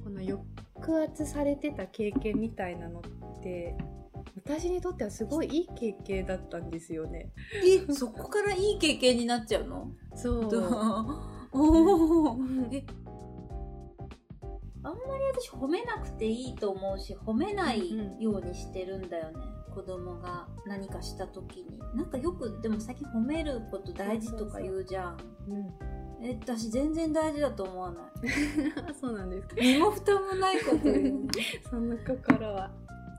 この抑圧されてた経験みたいなのって私にとってはすごいいい経験だったんですよね。 そこからいい経験になっちゃうの？ そうおー、あんまり私褒めなくていいと思うし、褒めないようにしてるんだよね、子供が何かした時に。なんかよくでも最近褒めること大事とか言うじゃん。私全然大事だと思わない。 そうなんですか。 身も蓋もないこと言うその心は。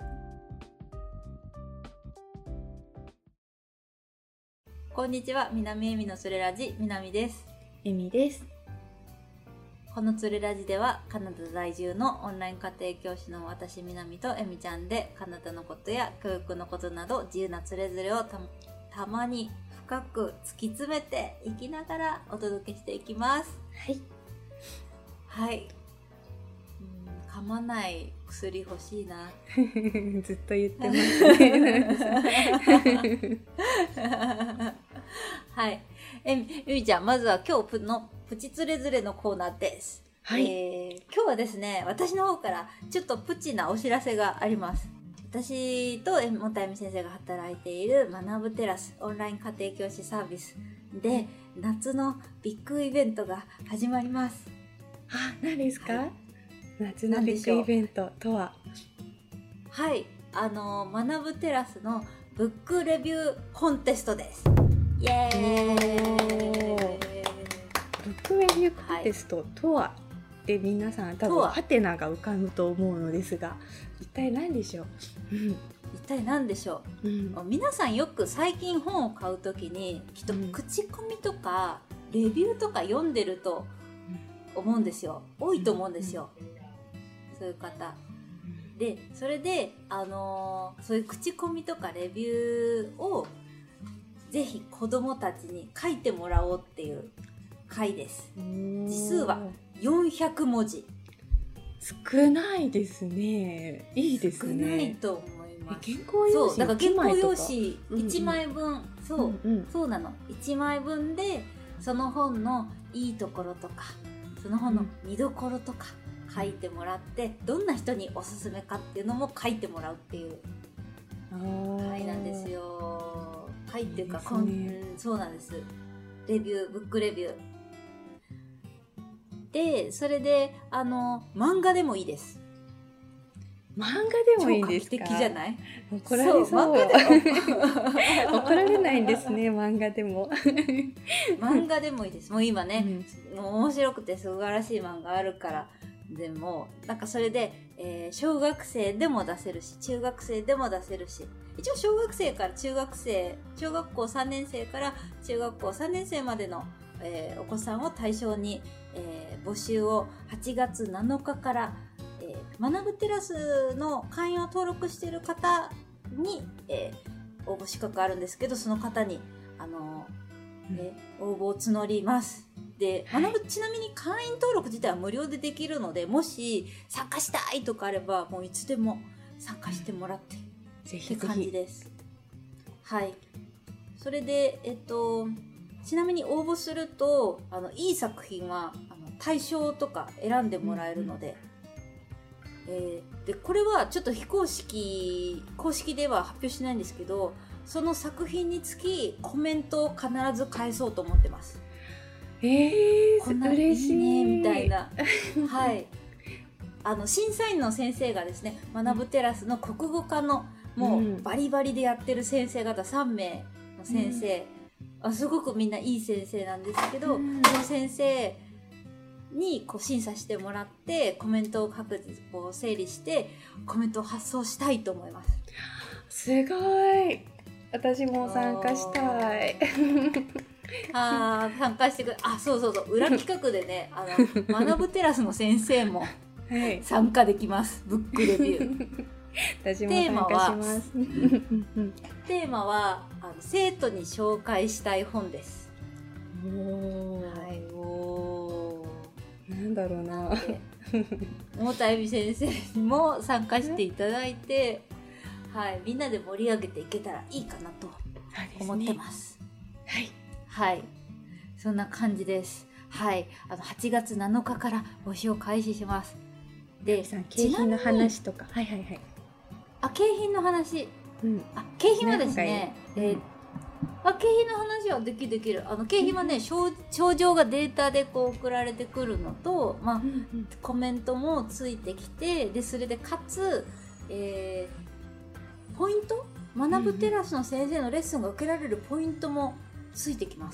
こんにちは、南恵美のつれラジ、南です。 恵美です。 このつれラジではカナダ在住のオンライン家庭教師の私南と恵美ちゃんで、カナダのことや教育のことなど自由なつれづれをたまに深く突き詰めていきながらお届けしていきます。はい。噛まない薬欲しいな。 ずっと言ってますね。 はい。ゆいちゃん、まずは今日のプチつれづれのコーナーです。 はい。 今日はですね、私の方からちょっとプチなお知らせがあります。私と本田恵美先生が働いている学ぶテラスオンライン家庭教師サービスで夏のビッグイベントが始まります。 何ですか？ はい、 夏のビッグイベントとは？ はい、学ぶテラスのブックレビューコンテストです。イエーイ。 ブックレビューコンテストとは、で皆さん多分ハテナが浮かぶと思うのですが、一体何でしょう？ 一体何でしょう？皆さんよく最近本を買うときにきっと口コミとかレビューとか読んでると思うんですよ。多いと思うんですよ。そういう方で、それでそういう口コミとかレビューをぜひ子供たちに書いてもらおうっていう回です。字数は400文字。 少ないですね。いいですね。 少ないと思います。 原稿用紙だから原稿用紙1枚分、そうなの。1枚分でその本のいいところとか、その本の見どころとか書いてもらって、どんな人におすすめかっていうのも書いてもらうっていう回なんですよ。回っていうか、そうなんです。レビュー、ブックレビュー。で、それで、漫画でもいいです。 漫画でもいいんですか？ 超画期的じゃない？ 怒られそう。 漫画でも怒られないんですね、漫画でも。 漫画でもいいです。もう今ね、もう面白くて素晴らしい漫画あるから。でも、なんかそれで、小学生でも出せるし、中学生でも出せるし、一応小学生から小学校3年生から中学校3年生までの、お子さんを対象に、募集を8月7日から、学ぶテラスの会員を登録している方に、応募資格あるんですけど、その方に応募を募ります。で、ちなみに会員登録自体は無料でできるので、もし参加したいとかあればもういつでも参加してもらってって感じです。はい。それでちなみに応募するといい作品は大賞とか選んでもらえるので、でこれはちょっと公式では発表しないんですけど、その作品につきコメントを必ず返そうと思ってます。こんないいねみたいな。はい。審査員の先生がですね、学ぶテラスの国語科のもうバリバリでやってる先生方3名の先生、すごくみんないい先生なんですけど、その先生に審査してもらってコメントを各自整理してコメントを発送したいと思います。 すごい。私も参加したい。 参加してくれ。そう裏企画でね、学ぶテラスの先生も参加できます。ブックレビュー。 私も参加します。 テーマは生徒に紹介したい本です。 なんだろうな。 本田恵美先生にも参加していただいて、みんなで盛り上げていけたらいいかなと思ってます。はい、そんな感じです。8月7日から募集を開始します。 で、 景品の話とか、はいはいはい。 景品の話、景品はですね、景品の話はできる。景品はね、症状がデータでこう送られてくるのと、コメントもついてきて、でそれでかつ、ポイント、学ぶテラスの先生のレッスンが受けられるポイントもついてきます。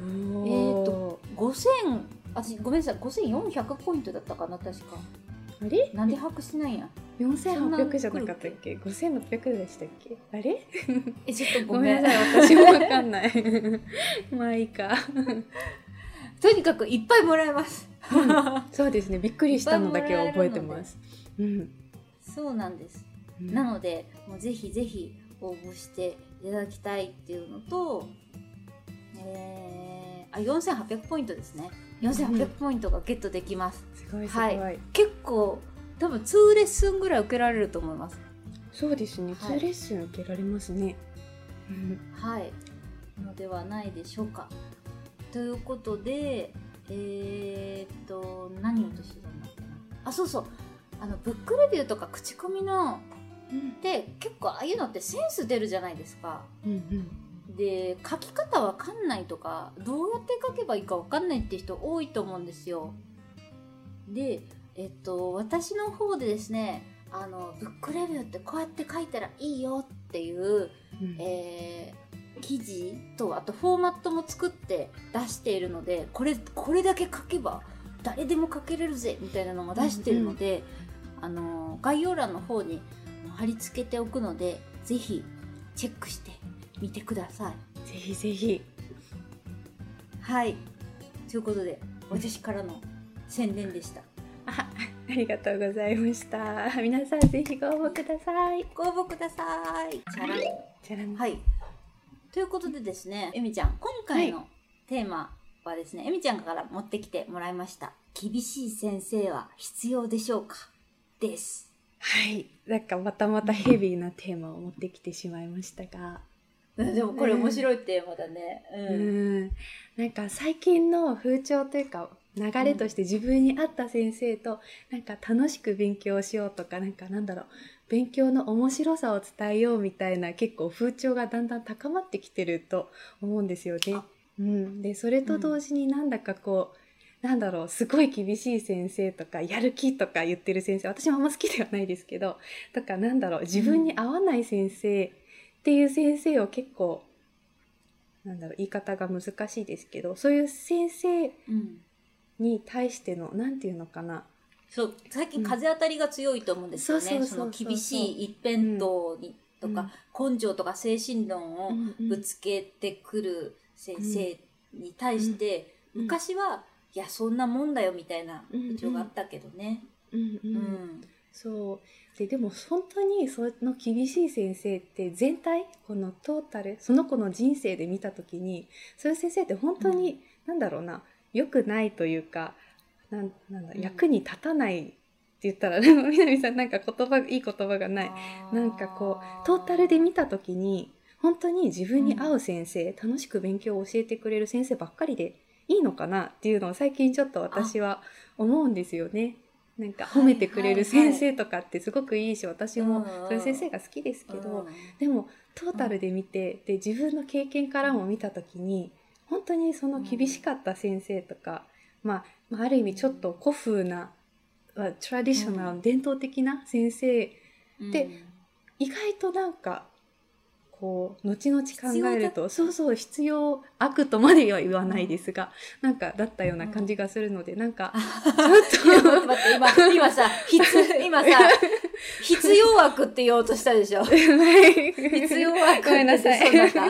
ごめんなさい、5400ポイントだったかな、確か。 あれ、 なんで把握してないんや。 4800じゃなかったっけ？5600でしたっけ？あれちょっとごめんなさい、私もわかんないまあいいかとにかくいっぱいもらえます、 そうですね、びっくりしたのだけは覚えてます。 そうなんです、なのでもうぜひぜひ応募していただきたいっていうのと、4800ポイントですね。4800ポイントがゲットできます。 すごいすごい、はい、 結構多分2レッスンぐらい受けられると思います。 そうですね、2レッスン受けられますね。 はいのではないでしょうか。ということで何をとしてたんだっけな。そうそう、ブックレビューとか口コミので結構ああいうのってセンス出るじゃないですか。で書き方わかんないとか、どうやって書けばいいかわかんないって人多いと思うんですよ。で私の方でですね、ブックレビューってこうやって書いたらいいよっていう、記事とあとフォーマットも作って出しているので、これだけ書けば誰でも書けれるぜみたいなのも出しているので、概要欄の方に貼り付けておくので、ぜひチェックしてみてください。 ぜひぜひ。 はい、ということで私からの宣伝でした。 ありがとうございました。皆さんぜひご応募ください。 ご応募ください。チャランチャラン。 はい。ということでですね、えみちゃん、今回のテーマはですね、えみちゃんから持ってきてもらいました。厳しい先生は必要でしょうか？です。 はい。なんかまたヘビーなテーマを持ってきてしまいましたが。 でもこれ面白いテーマだね。 なんか最近の風潮というか流れとして自分に合った先生となんか楽しく勉強しようとか、勉強の面白さを伝えようみたいな結構風潮がだんだん高まってきてると思うんですよね。でそれと同時になんだかこう、すごい厳しい先生とかやる気とか言ってる先生、私もあんま好きではないですけど、とか自分に合わない先生っていう先生を結構言い方が難しいですけど、そういう先生に対してのなんていうのかな、 そう最近風当たりが強いと思うんですよね。その厳しい一辺倒にとか、根性とか精神論をぶつけてくる先生に対して、昔はいやそんなもんだよみたいな風潮があったけどね。 そうでも本当にその厳しい先生って全体このトータルその子の人生で見た時に、そういう先生って本当に良くないというか、役に立たないって言ったら南さんいい言葉がない。トータルで見た時に本当に自分に合う先生、楽しく勉強を教えてくれる先生ばっかりでいいのかなっていうのを最近ちょっと私は思うんですよね。褒めてくれる先生とかってすごくいいし、私もそういう先生が好きですけど、でもトータルで見て、で自分の経験からも見た時に本当にその厳しかった先生とか、ある意味ちょっと古風な、トラディショナル、伝統的な先生って意外とこう後々考えると必要悪とまでは言わないですが、だったような感じがするので、ちょっと待って今さ必要悪って言おうとしたでしょ。必要悪ごめんなさい。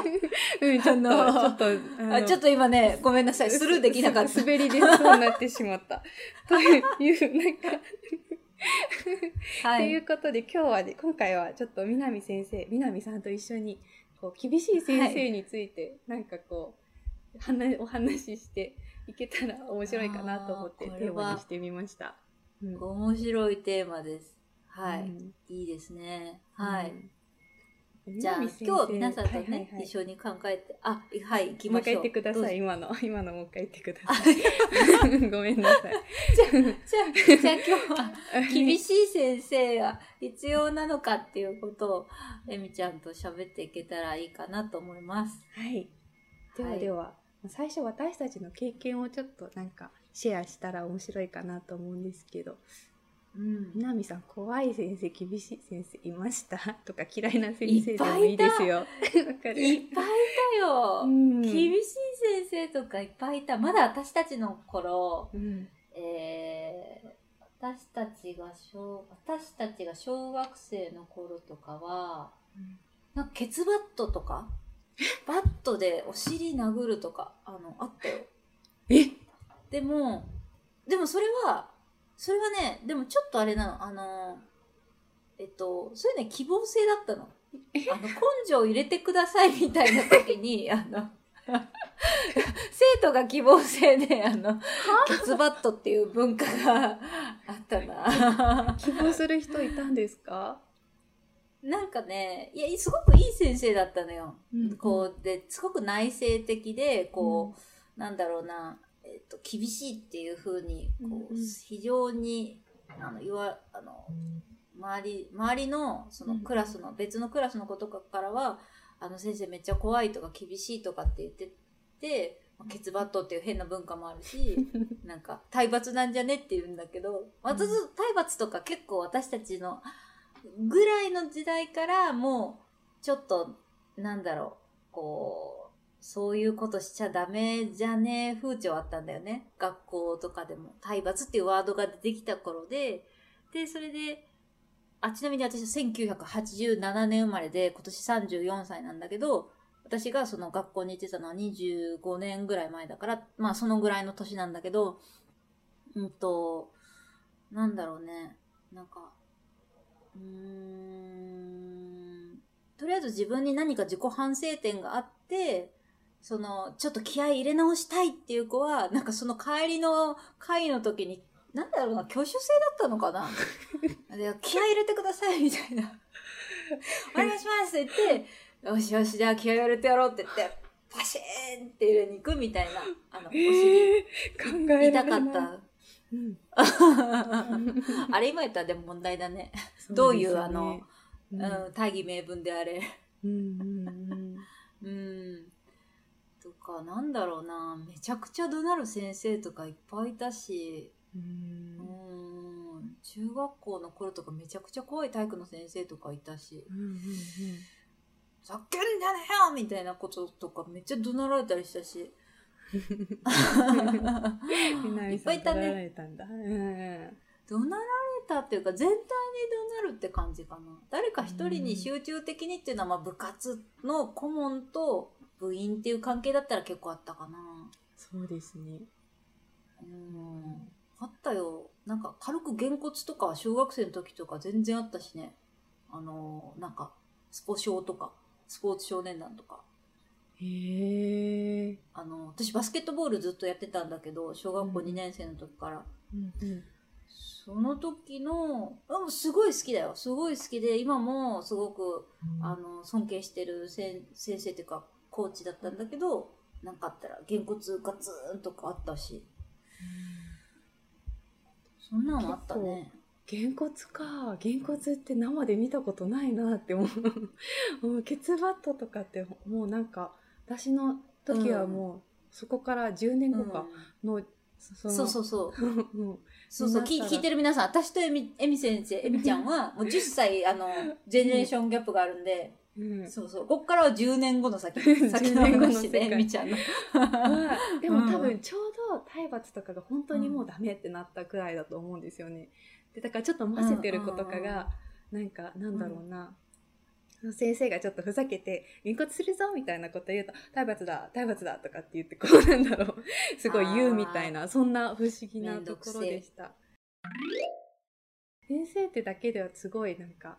ちょっと今ね、ごめんなさい、スルーできなかった。 滑りでそうなってしまった。というということで今回はちょっと南さんと一緒に厳しい先生についてお話ししていけたら面白いかなと思ってテーマにしてみました。 面白いテーマです。はい、いいですね。はい。 じゃあ今日皆さんとね、一緒に考えて、行きましょう。 もう一回言ってください。今のもう一回言ってください。ごめんなさい。 じゃあ今日は厳しい先生が必要なのかっていうことをえみちゃんと喋っていけたらいいかなと思います。 はい。では、最初私たちの経験をちょっとなんかシェアしたら面白いかなと思うんですけど、みなみさん、怖い先生、厳しい先生いましたとか、嫌いな先生でもいいですよ。 いっぱいいたよ、厳しい先生とかいっぱいいた。まだ私たちの頃、私たちが小学生の頃とかは、なんかケツバットとかバットでお尻殴るとかあったよ。でもそれはね、でもちょっとあれなの、それね、希望性だったの。根性を入れてくださいみたいな時に、生徒が希望性で、ケツバットっていう文化があったな。 希望する人いたんですか？ なんかね、すごくいい先生だったのよ。すごく内省的で、なんだろうな、厳しいっていう風に非常に周りのそのクラスの、別のクラスの子とかからは先生めっちゃ怖いとか厳しいとかって言ってて、ケツバットっていう変な文化もあるしなんか体罰なんじゃねって言うんだけど、体罰とか結構私たちのぐらいの時代からもうちょっとなんだろう、そういうことしちゃダメじゃね風潮あったんだよね。学校とかでも体罰っていうワードが出てきた頃で、それでちなみに私は1987年生まれで今年34歳なんだけど、私がその学校に行ってたのは25年ぐらい前だから、まあそのぐらいの年なんだけど、なんだろうね、なんかとりあえず自分に何か自己反省点があって、ちょっと気合い入れ直したいっていう子は、なんかその帰りの会の時に、なんだろうな、挙手制だったのかな気合い入れてくださいみたいな。お願いしますって言って、よしよし、じゃあ気合い入れてやろうって言って、パシーンって入れに行くみたいな、お尻、痛かった。あれ今言ったらでも問題だね。どういう大義名分であれ。とか、なんだろうな、めちゃくちゃ怒鳴る先生とかいっぱいいたし、中学校の頃とかめちゃくちゃ怖い体育の先生とかいたし、ざけんじゃねえよみたいなこととかめっちゃ怒鳴られたりしたし。いっぱいいたね。怒鳴られたっていうか全体に怒鳴るって感じかな。誰か一人に集中的にっていうのは、まあ部活の顧問と部員っていう関係だったら結構あったかな。 そうですね。 あったよ。なんか軽くげんこつとか小学生の時とか全然あったしね。なんかスポ少とかスポーツ少年団とか。私バスケットボールずっとやってたんだけど、小学校2年生の時から。その時のすごい好きだよ。すごい好きで、今もすごく尊敬してる先生っていうかコーチだったんだけど、なんかあったらげんこつガツンとかあったし、そんなのあったね。 げんこつって生で見たことないなって思う。もうケツバットとかってもうなんか私の時はもうそこから10年後かの、 そう聞いてる皆さん、私とえみ先生、えみちゃんはもう10歳ジェネレーションギャップがあるんで、こっからは10年後の先の話で、えみちゃんのでも多分ちょうど体罰とかが本当にもうダメってなったくらいだと思うんですよね。でだからちょっと混ぜてる子とかがなんかなんだろうな、先生がちょっとふざけてげんこつするぞみたいなこと言うと体罰だとかって言ってこうなんだろうすごい言うみたいな、そんな不思議なところでした。先生ってだけではすごいなんか、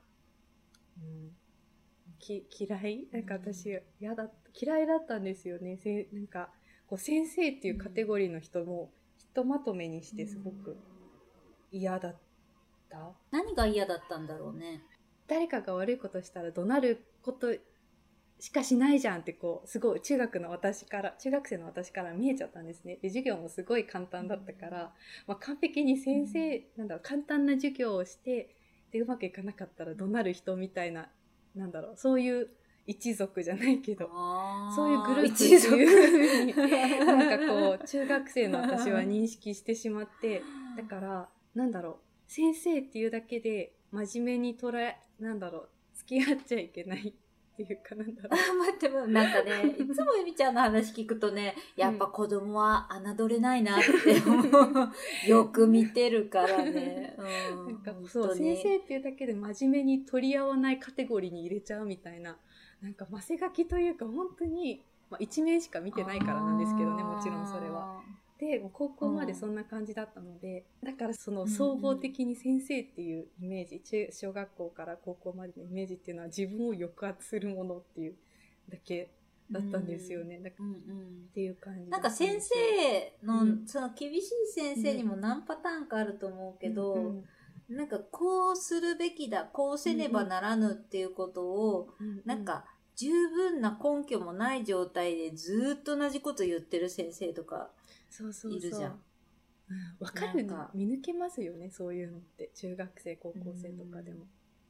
嫌いなんか私嫌いだったんですよね。なんかこう先生っていうカテゴリーの人もひとまとめにしてすごく嫌だった。 何が嫌だったんだろうね。 誰かが悪いことしたら怒鳴ることしかしないじゃんってこうすごい中学生の私から見えちゃったんですね。で授業もすごい簡単だったから、まあ、完璧に先生、なんだろう、簡単な授業をしてでうまくいかなかったら怒鳴る人みたいな、なんだろう、そういう一族じゃないけど、そういうグループっていう風になんかこう中学生の私は認識してしまって、だからなんだろう、先生っていうだけで真面目になんだろう、付き合っちゃいけないっていうか、なんだろう。 待っても、なんかね、いつもゆみちゃんの話聞くとね、やっぱ子供は侮れないなって思う。よく見てるからね。 なんかそう、先生っていうだけで真面目に取り合わないカテゴリーに入れちゃうみたいな、なんかマセガキというか本当に、まあ、一面しか見てないからなんですけどね、もちろんそれは。で、もう高校までそんな感じだったので、だからその総合的に先生っていうイメージ、小学校から高校までのイメージっていうのは自分を抑圧するものっていうだけだったんですよね。っていう感じ。 なんか先生の、その厳しい先生にも何パターンかあると思うけど、なんかこうするべきだ、こうせねばならぬっていうことを、なんか十分な根拠もない状態でずっと同じこと言ってる先生とかいるじゃん。 わかるな、見抜けますよね、そういうのって。中学生、高校生とかでも。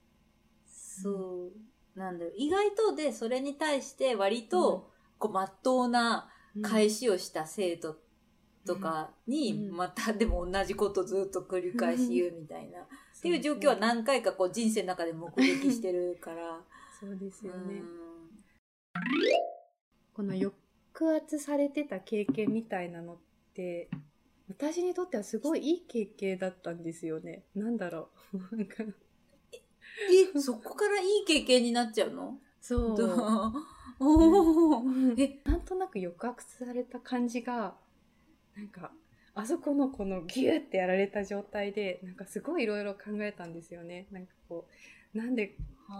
そうなんだよ。意外とで、それに対して割と、こう、まっとうな返しをした生徒とかに、またでも同じことずっと繰り返し言うみたいな。っていう状況は何回かこう人生の中で目撃してるから。 そうですよね。この抑圧されてた経験みたいなのって、私にとってはすごいいい経験だったんですよね。なんだろう。 そこからいい経験になっちゃうの？ そう。なんとなく抑圧された感じが、なんか、あそこのこのギューってやられた状態で、なんかすごいいろいろ考えたんですよね。なんかこう、なんで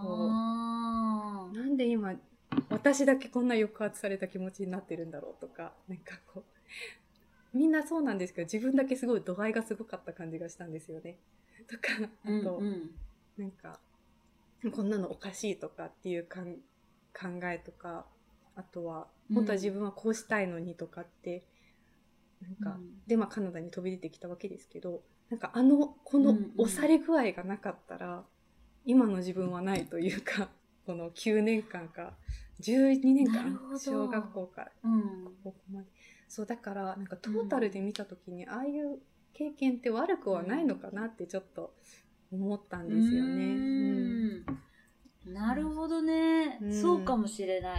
今、私だけこんな抑圧された気持ちになってるんだろうとか、なんかこう、みんなそうなんですけど、自分だけすごい度合いがすごかった感じがしたんですよね。とか、あと、なんか、こんなのおかしいとかっていう考えとか、あとは、本当は自分はこうしたいのにとかって、なんか、で、まあカナダに飛び出てきたわけですけど、なんかこの押され具合がなかったら、今の自分はないというか、この9年間か、12年間、小学校から高校まで。そう、だから、なんかトータルで見たときに、ああいう経験って悪くはないのかなってちょっと思ったんですよね。 なるほどね。そうかもしれない。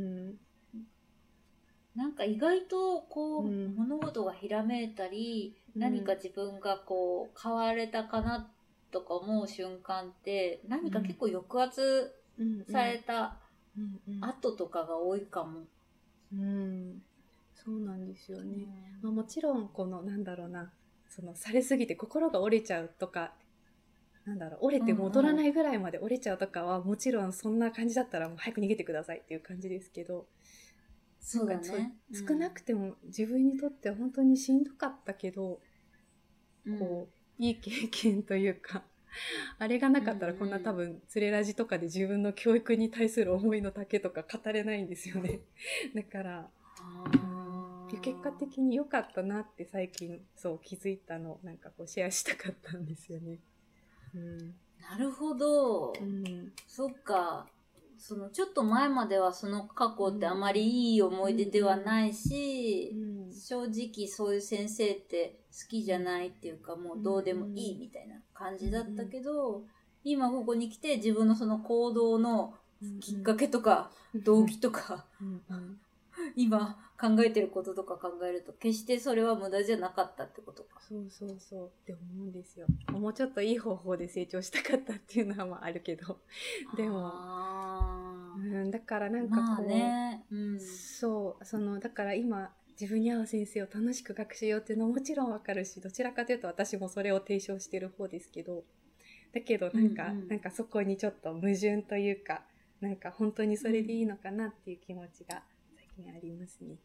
なんか意外とこう、物事がひらめいたり、何か自分がこう変われたかなとか思う瞬間って、何か結構抑圧された後とかが多いかも。 そうなんですよね。まあ、もちろんこのなんだろうな、そのされすぎて心が折れちゃうとか、なんだろう、折れて戻らないぐらいまで折れちゃうとかは、もちろんそんな感じだったらもう早く逃げてくださいっていう感じですけど、 そうだね。 少なくても自分にとっては本当にしんどかったけど、こういい経験というか、あれがなかったらこんな多分つれラジとかで自分の教育に対する思いの丈とか語れないんですよね。だから結果的に良かったなって最近そう気づいたのをなんかこうシェアしたかったんですよね。 なるほど。そっか。そのちょっと前まではその過去ってあまりいい思い出ではないし、正直そういう先生って好きじゃないっていうか、もうどうでもいいみたいな感じだったけど、今ここに来て自分のその行動のきっかけとか動機とか今考えてることとか考えると決してそれは無駄じゃなかったってことか。 そうって思うんですよ。もうちょっといい方法で成長したかったっていうのはまああるけど、でもだからなんかこう、そうだから今自分に合う先生を楽しく学習ようっていうのはもちろんわかるし、どちらかというと私もそれを提唱してる方ですけど、だけどなんかそこにちょっと矛盾というか、なんか本当にそれでいいのかなっていう気持ちが最近ありますね。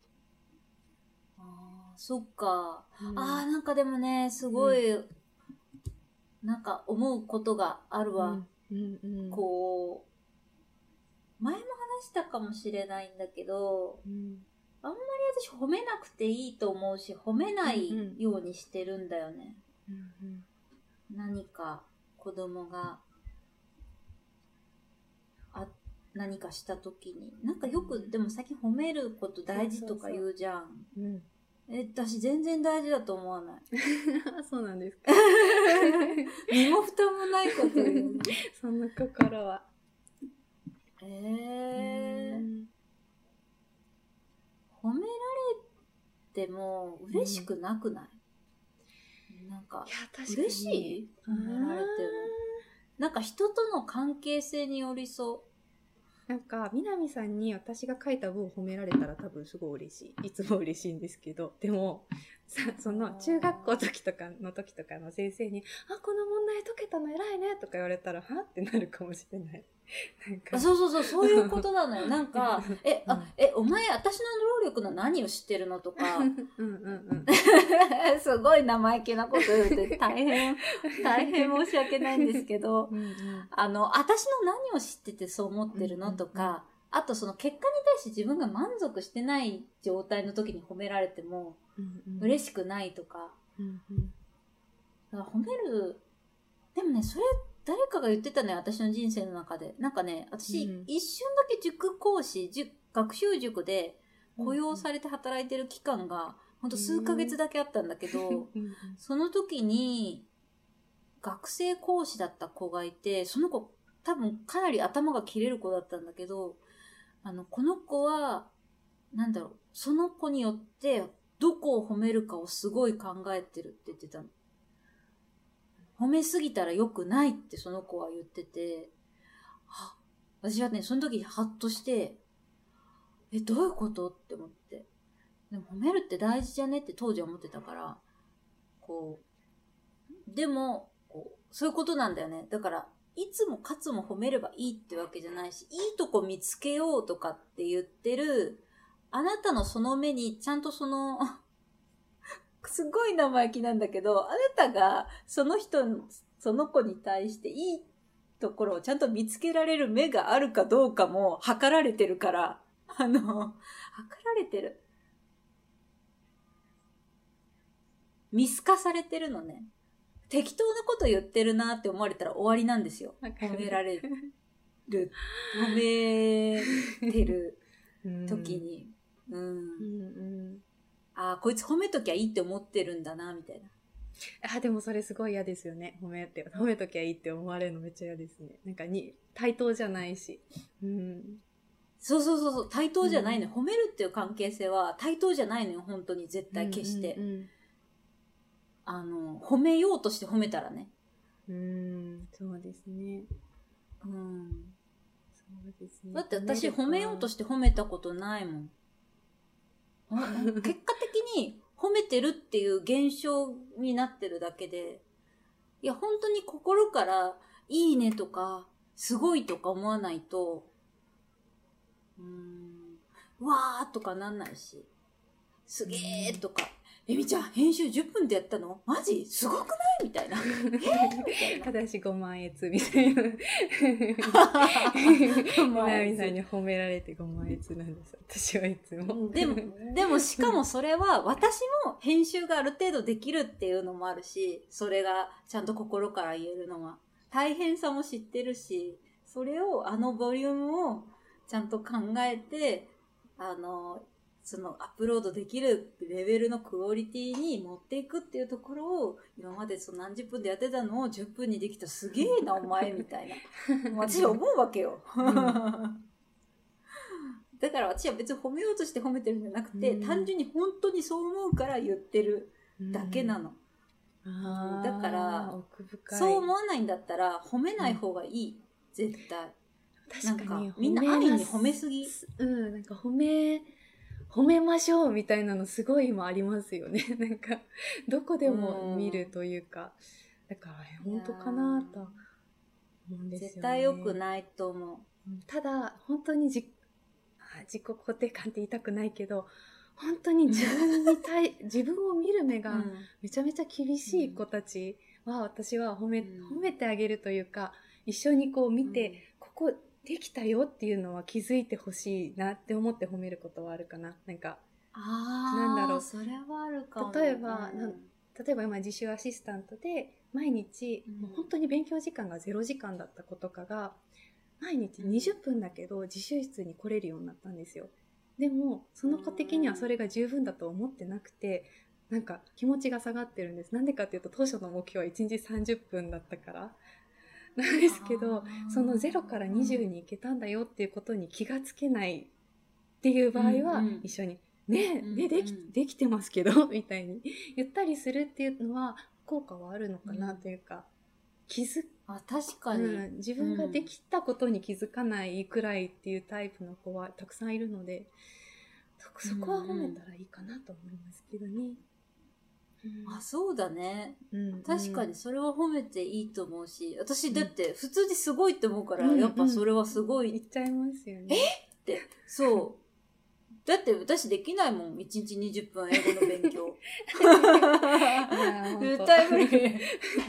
そっか。なんかでもね、すごい、なんか思うことがあるわ。こう、 前も話したかもしれないんだけど、 うんあんまり私褒めなくていいと思うし、褒めないようにしてるんだよね。 うん何か子供が何かした時に。なんかよく、でも最近褒めること大事とか言うじゃん。 うん。 私全然大事だと思わない。 そうなんですか。 身も蓋もないこと言う。 その心は。 褒められても嬉しくなくない？なんか嬉しい？褒められてもなんか人との関係性によりそう。 なんか南さんに私が書いた文を褒められたら多分すごい嬉しい。いつも嬉しいんですけど、でもその中学校の時とかの先生に「あ、この問題解けたの偉いね」とか言われたら「は？」ってなるかもしれない。なんかそういうことなのよ。なんかお前私の能力の何を知ってるのとかすごい生意気なこと言うて大変申し訳ないんですけど私の何を知っててそう思ってるのとか、あとその結果に対して自分が満足してない状態の時に褒められても嬉しくないとか、だから褒める、でもね、それ誰かが言ってたね、私の人生の中で。なんかね、私、一瞬だけ塾講師、学習塾で雇用されて働いてる期間が、ほんと数ヶ月だけあったんだけど、その時に、学生講師だった子がいて、その子、多分かなり頭が切れる子だったんだけど、この子は、なんだろう、その子によって、どこを褒めるかをすごい考えてるって言ってたの。褒めすぎたら良くないってその子は言ってて、私はね、その時ハッとして、どういうことって思って。でも褒めるって大事じゃねって当時は思ってたから、でも、そういうことなんだよね。だから、いつもかつも褒めればいいってわけじゃないし、いいとこ見つけようとかって言ってる、あなたのその目にちゃんとすごい生意気なんだけど、あなたがその子に対していいところをちゃんと見つけられる目があるかどうかも測られてるから、測られてる。見透かされてるのね。適当なこと言ってるなって思われたら終わりなんですよ。褒められる。褒めてる時に。こいつ褒めときゃいいって思ってるんだな、みたいな。 でもそれすごい嫌ですよね。褒めときゃいいって思われるのめっちゃ嫌ですね。なんか対等じゃないし。 そう。対等じゃないのよ。褒めるっていう関係性は対等じゃないのよ。本当に絶対決して。褒めようとして褒めたらね。 そうですね。そうですね。 だって私褒めようとして褒めたことないもん。結果的に褒めてるっていう現象になってるだけで、いや本当に心からいいねとかすごいとか思わないと、わーとかなんないし、すげーとか、えみちゃん編集10分でやったの？マジ？すごくないみたいな。みたいな。 私5万円みたいな。南さんに褒められて5万円なんです。私はいつも。 でもしかもそれは私も編集がある程度できるっていうのもあるし、それがちゃんと心から言えるのは大変さも知ってるし、それをボリュームをちゃんと考えて、そのアップロードできるレベルのクオリティに持っていくっていうところを、今まで何十分でやってたのを10分にできた、すげえなお前みたいな私は思うわけよ、だから私は別に褒めようとして褒めてるんじゃなくて、単純に本当にそう思うから言ってるだけなの、だからそう思わないんだったら褒めない方がいい、絶対。 確かにみんなある意味褒めすぎ。 なんか褒めましょうみたいなのすごい今ありますよね。なんかどこでも見るというか、だから本当かなと思うんですよね。 絶対良くないと思う。 ただ本当に自己肯定感って言いたくないけど、本当に自分を見る目がめちゃめちゃ厳しい子たちは、私は褒めてあげるというか、一緒にこう見て、ここできたよっていうのは気づいてほしいなって思って褒めることはあるかな。なんか、なんだろう。 それはあるかも。 例えば今自習アシスタントで毎日、もう本当に勉強時間が0時間だった子とかが毎日20分だけど自習室に来れるようになったんですよ。でもその子的にはそれが十分だと思ってなくて、なんか気持ちが下がってるんです。なんでかっていうと、当初の目標は1日30分だったからなんですけど、その0から20に行けたんだよっていうことに気がつけないっていう場合は、一緒にねできてますけどみたいに言ったりするっていうのは効果はあるのかなというか、 確かに、 自分ができたことに気づかないくらいっていうタイプの子はたくさんいるので、そこは褒めたらいいかなと思いますけどね。 そうだね、確かにそれは褒めていいと思うし、私だって普通にすごいって思うから、やっぱそれはすごい、 言っちゃいますよね。 って、そうだって私できないもん、1日20分英語の勉強絶対無理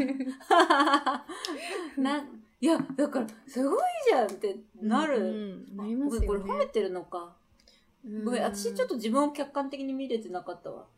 いやだからすごいじゃんってなる、 なりますよね。 これ褒めてるのか、ごめん、私ちょっと自分を客観的に見れてなかったわ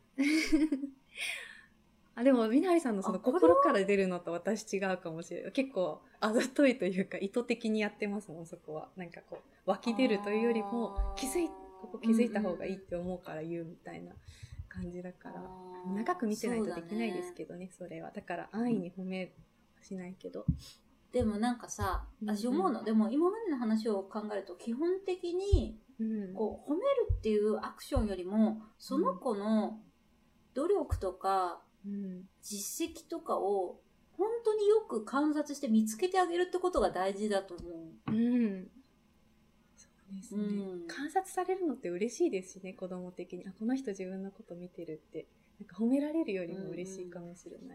でもみなりさんのその心から出るのと私違うかもしれない。結構あざといというか意図的にやってますもん、そこは。なんかこう湧き出るというよりも気づいた方がいいって思うから言うみたいな感じだから、長く見てないとできないですけどね、それは。だから安易に褒めはしないけど。 でもなんかさ、私思うの、でも今までの話を考えると基本的にこう褒めるっていうアクションよりも、その子の努力とか実績とかを本当によく観察して見つけてあげるってことが大事だと思う。 そうですね。観察されるのって嬉しいですしね、子供的に。この人自分のこと見てるって、なんか褒められるよりも嬉しいかもしれない。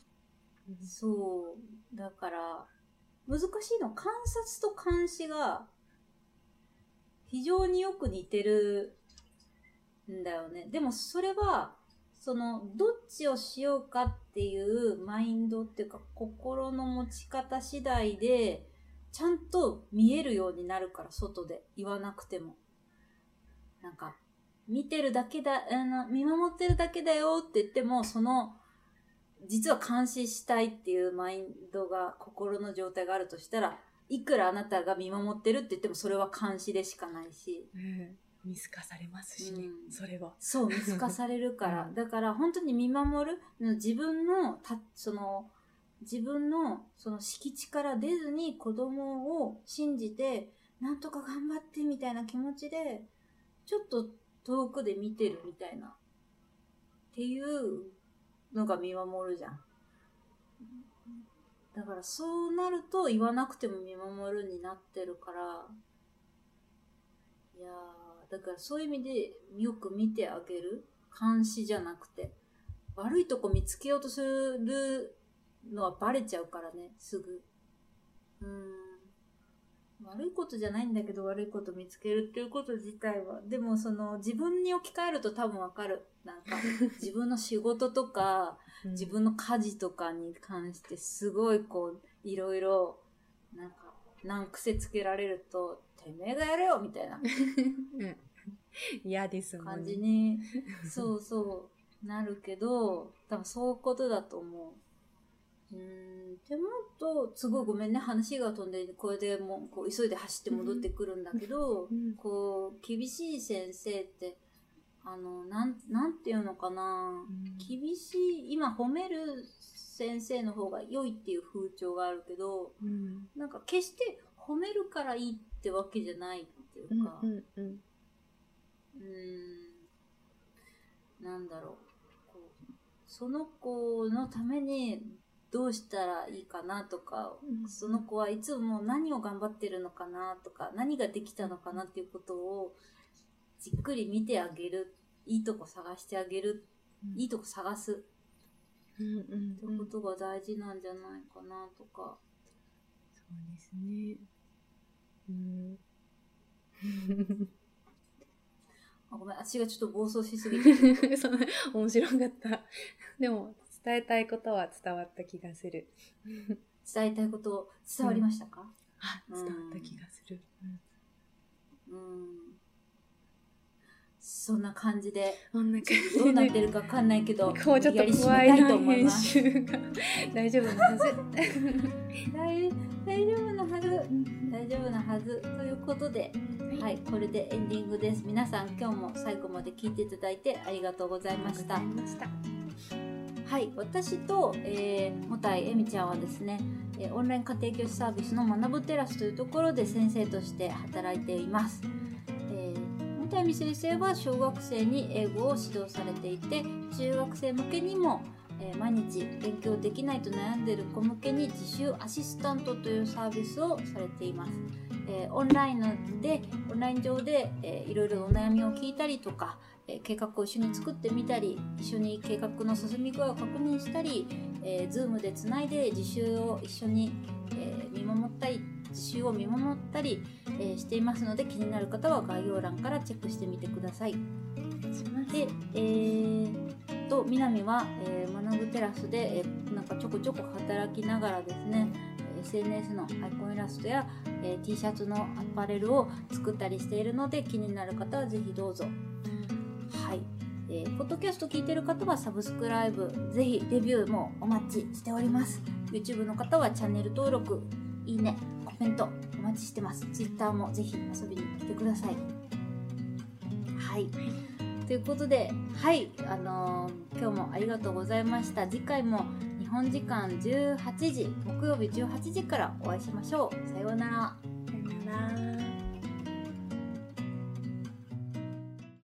そうだから難しいのは、観察と監視が非常によく似てるんだよね。でもそれはそのどっちをしようかっていうマインドっていうか心の持ち方次第でちゃんと見えるようになるから、外で言わなくても。なんか見てるだけだ、見守ってるだけだよって言っても、その実は監視したいっていうマインドが、心の状態があるとしたら、いくらあなたが見守ってるって言ってもそれは監視でしかないし、 見透かされますしね、それは。 そう、見透かされるから。だから本当に見守る、自分のその敷地から出ずに子供を信じて、なんとか頑張ってみたいな気持ちで、ちょっと遠くで見てるみたいな。っていうのが見守るじゃん。だからそうなると言わなくても見守るになってるから、いやー、だからそういう意味でよく見てあげる。監視じゃなくて。悪いとこ見つけようとするのはバレちゃうからね、すぐ。悪いことじゃないんだけど、悪いこと見つけるっていうこと自体は。でもその自分に置き換えると多分わかる。なんか自分の仕事とか、自分の家事とかに関してすごいこう、いろいろ、なんか、難癖つけられると、てめえがやれよみたいな。 嫌ですもんね。 感じに、そうそう、なるけど、多分そういうことだと思う。でもっと、すごいごめんね、話が飛んで、これでもうこう急いで走って戻ってくるんだけど、こう、厳しい先生って、なんていうのかな、厳しい、今褒める先生の方が良いっていう風潮があるけど、なんか決して褒めるからいいってわけじゃないっていうか、なんだろう、こう、その子のためにどうしたらいいかなとか、その子はいつも何を頑張ってるのかなとか、何ができたのかなっていうことをじっくり見てあげる、いいとこ探してあげる、いいとこ探すってことが大事なんじゃないかなとか。 そうですね。 ごめん、足がちょっと暴走しすぎて面白かった。でも伝えたいことは伝わった気がする。 伝えたいこと伝わりましたか？ 伝わった気がする。 そんな感じでどうなってるかわかんないけど、 もうちょっと怖いな、編集が。大丈夫なはず。 大丈夫なはず。大丈夫なはず。ということで、はい、これでエンディングです。皆さん今日も最後まで聞いていただいてありがとうございました。はい、私と、もたいえみちゃんはですね、オンライン家庭教師サービスの学ぶテラスというところで先生として働いています。もたいみ先生は小学生に英語を指導されていて、中学生向けにも、毎日勉強できないと悩んでいる子向けに自習アシスタントというサービスをされています。オンライン上で、いろいろお悩みを聞いたりとか、計画を一緒に作ってみたり、一緒に計画の進み具合を確認したり、Zoom でつないで自習を一緒に、見守ったりしていますので、気になる方は概要欄からチェックしてみてください。で、みなみは、学ぶテラスで、なんかちょこちょこ働きながらですね、SNS のアイコンイラストや、T シャツのアパレルを作ったりしているので、気になる方はぜひどうぞ。はい、ポッドキャスト聞いてる方はサブスクライブ、ぜひレビューもお待ちしております。 YouTube の方はチャンネル登録、いいね、コメントお待ちしてます。 Twitter もぜひ遊びに来てください。はい、ということで、はい、今日もありがとうございました。次回も日本時間18時、木曜日18時からお会いしましょう。さようなら。 さようなら。